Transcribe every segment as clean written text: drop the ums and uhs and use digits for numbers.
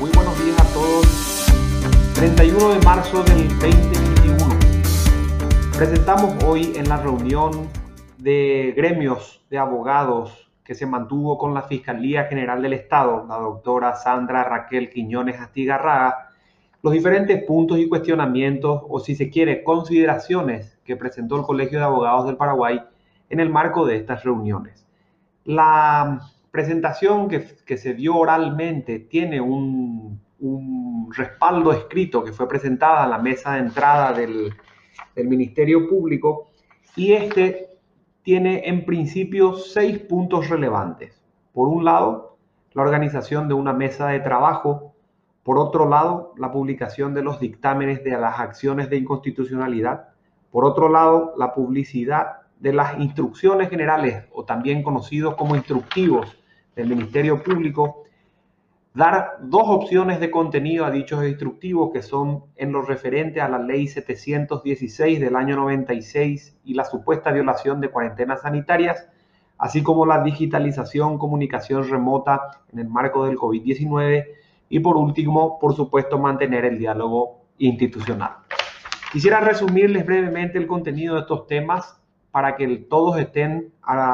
Muy buenos días a todos. 31 de marzo del 2021. Presentamos hoy en la reunión de gremios de abogados que se mantuvo con la Fiscalía General del Estado, la doctora Sandra Raquel Quiñones Astigarraga, los diferentes puntos y cuestionamientos, o si se quiere, consideraciones que presentó el Colegio de Abogados del Paraguay en el marco de estas reuniones. La presentación que se dio oralmente tiene un respaldo escrito que fue presentada a la mesa de entrada del Ministerio Público, y este tiene en principio 6 puntos relevantes. Por un lado, la organización de una mesa de trabajo. Por otro lado, la publicación de los dictámenes de las acciones de inconstitucionalidad. Por otro lado, la publicidad de las instrucciones generales, o también conocidos como instructivos del Ministerio Público. Dar 2 opciones de contenido a dichos instructivos, que son en lo referente a la Ley 716 del año 96 y la supuesta violación de cuarentenas sanitarias, así como la digitalización, comunicación remota en el marco del COVID-19 y, por último, por supuesto, mantener el diálogo institucional. Quisiera resumirles brevemente el contenido de estos temas para que todos estén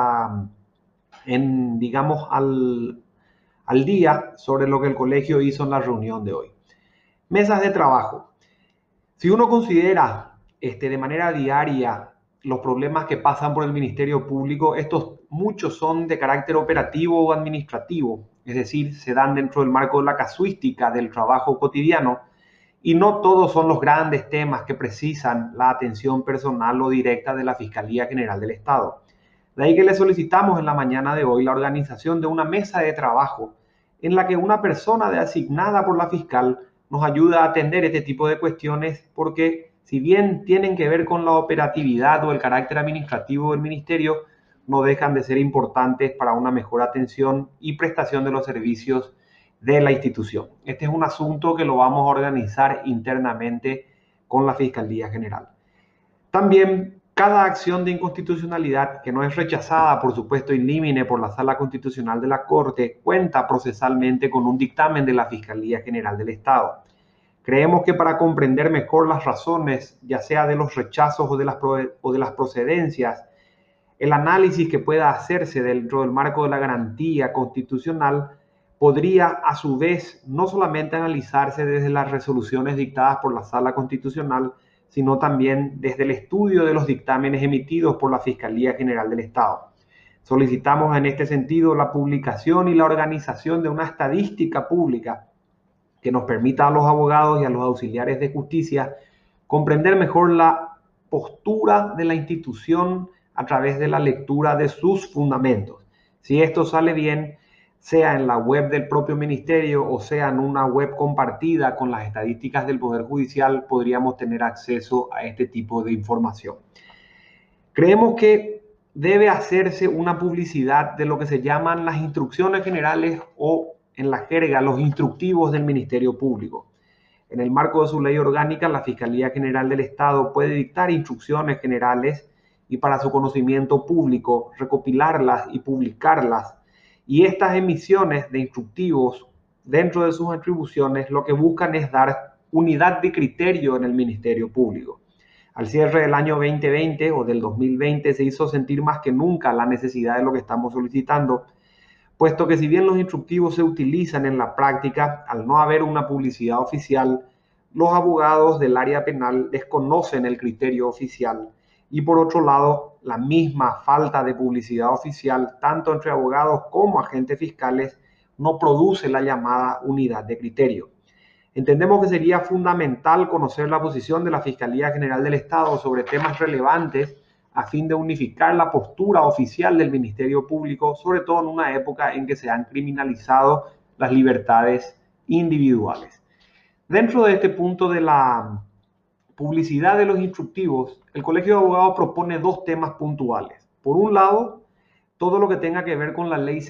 al día sobre lo que el colegio hizo en la reunión de hoy. Mesas de trabajo. Si uno considera de manera diaria los problemas que pasan por el Ministerio Público, muchos son de carácter operativo o administrativo, es decir, se dan dentro del marco de la casuística del trabajo cotidiano, y no todos son los grandes temas que precisan la atención personal o directa de la Fiscalía General del Estado. De ahí que le solicitamos en la mañana de hoy la organización de una mesa de trabajo en la que una persona designada por la fiscal nos ayuda a atender este tipo de cuestiones, porque si bien tienen que ver con la operatividad o el carácter administrativo del ministerio, no dejan de ser importantes para una mejor atención y prestación de los servicios de la institución. Este es un asunto que lo vamos a organizar internamente con la Fiscalía General. También, cada acción de inconstitucionalidad que no es rechazada, por supuesto, in limine por la Sala Constitucional de la Corte, cuenta procesalmente con un dictamen de la Fiscalía General del Estado. Creemos que para comprender mejor las razones, ya sea de los rechazos o de las procedencias, el análisis que pueda hacerse dentro del marco de la garantía constitucional podría, a su vez, no solamente analizarse desde las resoluciones dictadas por la Sala Constitucional, sino también desde el estudio de los dictámenes emitidos por la Fiscalía General del Estado. Solicitamos en este sentido la publicación y la organización de una estadística pública que nos permita a los abogados y a los auxiliares de justicia comprender mejor la postura de la institución a través de la lectura de sus fundamentos. Si esto sale bien, sea en la web del propio ministerio o sea en una web compartida con las estadísticas del Poder Judicial, podríamos tener acceso a este tipo de información. Creemos que debe hacerse una publicidad de lo que se llaman las instrucciones generales, o en la jerga, los instructivos del Ministerio Público. En el marco de su ley orgánica, la Fiscalía General del Estado puede dictar instrucciones generales y, para su conocimiento público, recopilarlas y publicarlas. Y estas emisiones de instructivos, dentro de sus atribuciones, lo que buscan es dar unidad de criterio en el Ministerio Público. Al cierre del año 2020 o del 2020 se hizo sentir más que nunca la necesidad de lo que estamos solicitando, puesto que si bien los instructivos se utilizan en la práctica, al no haber una publicidad oficial, los abogados del área penal desconocen el criterio oficial, y por otro lado, la misma falta de publicidad oficial, tanto entre abogados como agentes fiscales, no produce la llamada unidad de criterio. Entendemos que sería fundamental conocer la posición de la Fiscalía General del Estado sobre temas relevantes a fin de unificar la postura oficial del Ministerio Público, sobre todo en una época en que se han criminalizado las libertades individuales. Dentro de este punto de la publicidad de los instructivos, el Colegio de Abogados propone 2 temas puntuales. Por un lado, todo lo que tenga que ver con la Ley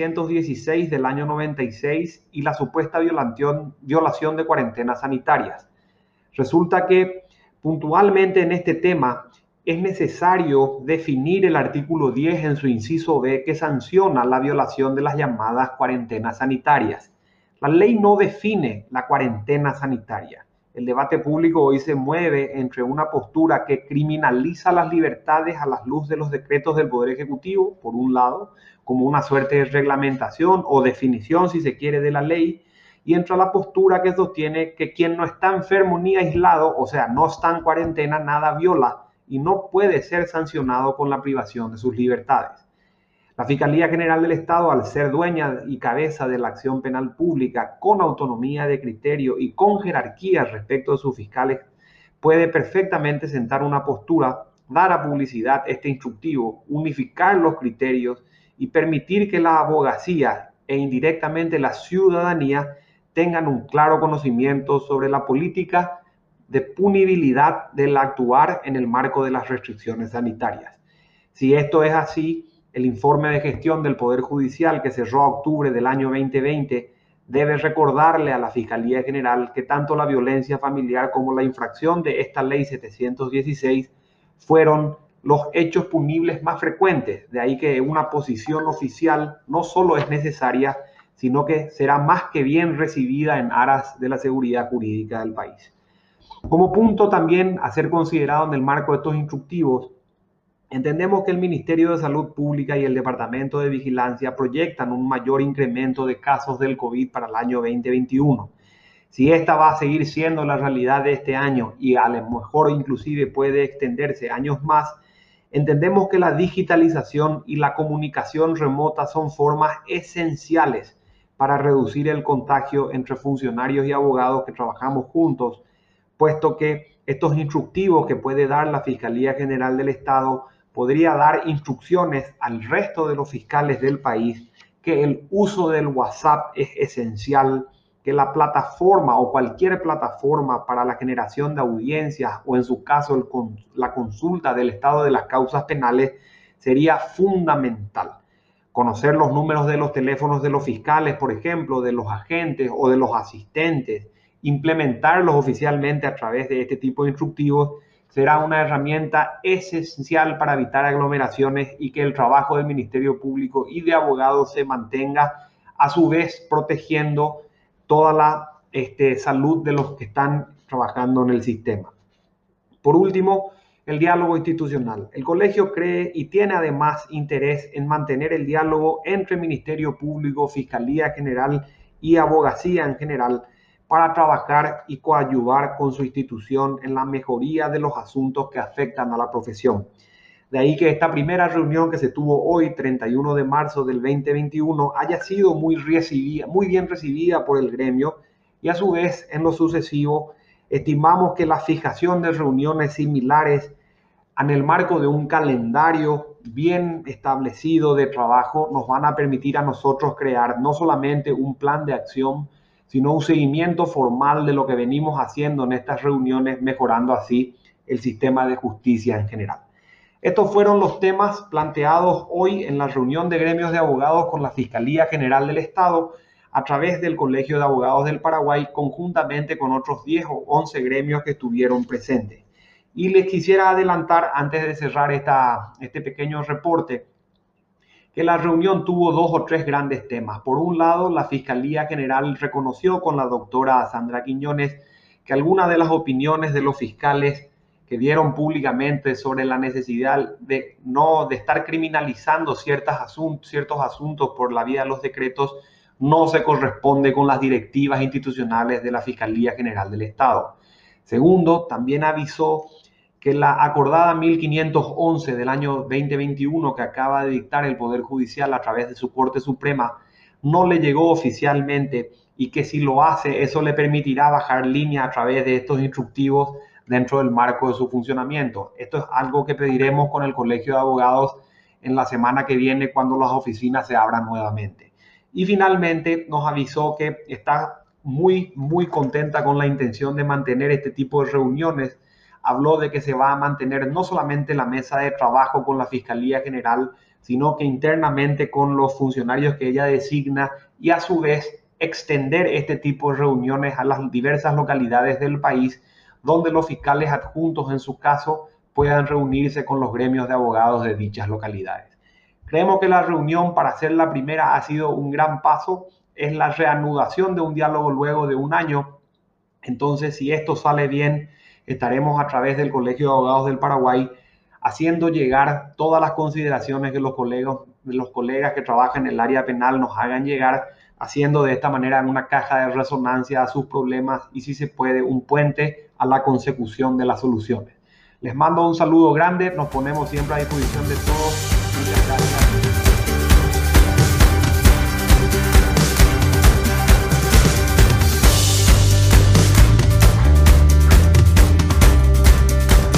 716 del año 96 y la supuesta violación de cuarentenas sanitarias. Resulta que puntualmente en este tema es necesario definir el artículo 10 en su inciso B, que sanciona la violación de las llamadas cuarentenas sanitarias. La ley no define la cuarentena sanitaria. El debate público hoy se mueve entre una postura que criminaliza las libertades a la luz de los decretos del Poder Ejecutivo, por un lado, como una suerte de reglamentación o definición, si se quiere, de la ley, y entre la postura que sostiene que quien no está enfermo ni aislado, o sea, no está en cuarentena, nada viola y no puede ser sancionado con la privación de sus libertades. La Fiscalía General del Estado, al ser dueña y cabeza de la acción penal pública, con autonomía de criterio y con jerarquía respecto de sus fiscales, puede perfectamente sentar una postura, dar a publicidad este instructivo, unificar los criterios y permitir que la abogacía e indirectamente la ciudadanía tengan un claro conocimiento sobre la política de punibilidad del actuar en el marco de las restricciones sanitarias. Si esto es así, el informe de gestión del Poder Judicial que cerró a octubre del año 2020 debe recordarle a la Fiscalía General que tanto la violencia familiar como la infracción de esta ley 716 fueron los hechos punibles más frecuentes. De ahí que una posición oficial no solo es necesaria, sino que será más que bien recibida en aras de la seguridad jurídica del país. Como punto también a ser considerado en el marco de estos instructivos, entendemos que el Ministerio de Salud Pública y el Departamento de Vigilancia proyectan un mayor incremento de casos del COVID para el año 2021. Si esta va a seguir siendo la realidad de este año y a lo mejor inclusive puede extenderse años más, entendemos que la digitalización y la comunicación remota son formas esenciales para reducir el contagio entre funcionarios y abogados que trabajamos juntos, puesto que estos instructivos que puede dar la Fiscalía General del Estado podría dar instrucciones al resto de los fiscales del país que el uso del WhatsApp es esencial, que la plataforma o cualquier plataforma para la generación de audiencias o en su caso la consulta del estado de las causas penales sería fundamental. Conocer los números de los teléfonos de los fiscales, por ejemplo, de los agentes o de los asistentes, implementarlos oficialmente a través de este tipo de instructivos será una herramienta esencial para evitar aglomeraciones y que el trabajo del Ministerio Público y de abogados se mantenga, a su vez protegiendo toda la salud de los que están trabajando en el sistema. Por último, el diálogo institucional. El colegio cree y tiene además interés en mantener el diálogo entre Ministerio Público, Fiscalía General y Abogacía en general para trabajar y coadyuvar con su institución en la mejoría de los asuntos que afectan a la profesión. De ahí que esta primera reunión que se tuvo hoy, 31 de marzo del 2021, haya sido muy bien recibida por el gremio y a su vez, en lo sucesivo, estimamos que la fijación de reuniones similares en el marco de un calendario bien establecido de trabajo nos van a permitir a nosotros crear no solamente un plan de acción, sino un seguimiento formal de lo que venimos haciendo en estas reuniones, mejorando así el sistema de justicia en general. Estos fueron los temas planteados hoy en la reunión de gremios de abogados con la Fiscalía General del Estado a través del Colegio de Abogados del Paraguay, conjuntamente con otros 10 o 11 gremios que estuvieron presentes. Y les quisiera adelantar, antes de cerrar este pequeño reporte, que la reunión tuvo 2 o 3 grandes temas. Por un lado, la Fiscalía General reconoció con la doctora Sandra Quiñones que algunas de las opiniones de los fiscales que dieron públicamente sobre la necesidad de estar criminalizando ciertos asuntos por la vía de los decretos no se corresponde con las directivas institucionales de la Fiscalía General del Estado. Segundo, también avisó que la acordada 1511 del año 2021 que acaba de dictar el Poder Judicial a través de su Corte Suprema no le llegó oficialmente y que si lo hace, eso le permitirá bajar línea a través de estos instructivos dentro del marco de su funcionamiento. Esto es algo que pediremos con el Colegio de Abogados en la semana que viene cuando las oficinas se abran nuevamente. Y finalmente nos avisó que está muy contenta con la intención de mantener este tipo de reuniones. Habló de que se va a mantener no solamente la mesa de trabajo con la Fiscalía General, sino que internamente con los funcionarios que ella designa y a su vez extender este tipo de reuniones a las diversas localidades del país donde los fiscales adjuntos en su caso puedan reunirse con los gremios de abogados de dichas localidades. Creemos que la reunión para ser la primera ha sido un gran paso es la reanudación de un diálogo luego de un año. Entonces, si esto sale bien, estaremos a través del Colegio de Abogados del Paraguay haciendo llegar todas las consideraciones que los colegas que trabajan en el área penal nos hagan llegar, haciendo de esta manera una caja de resonancia a sus problemas y, si se puede, un puente a la consecución de las soluciones. Les mando un saludo grande, nos ponemos siempre a disposición de todos. Muchas gracias.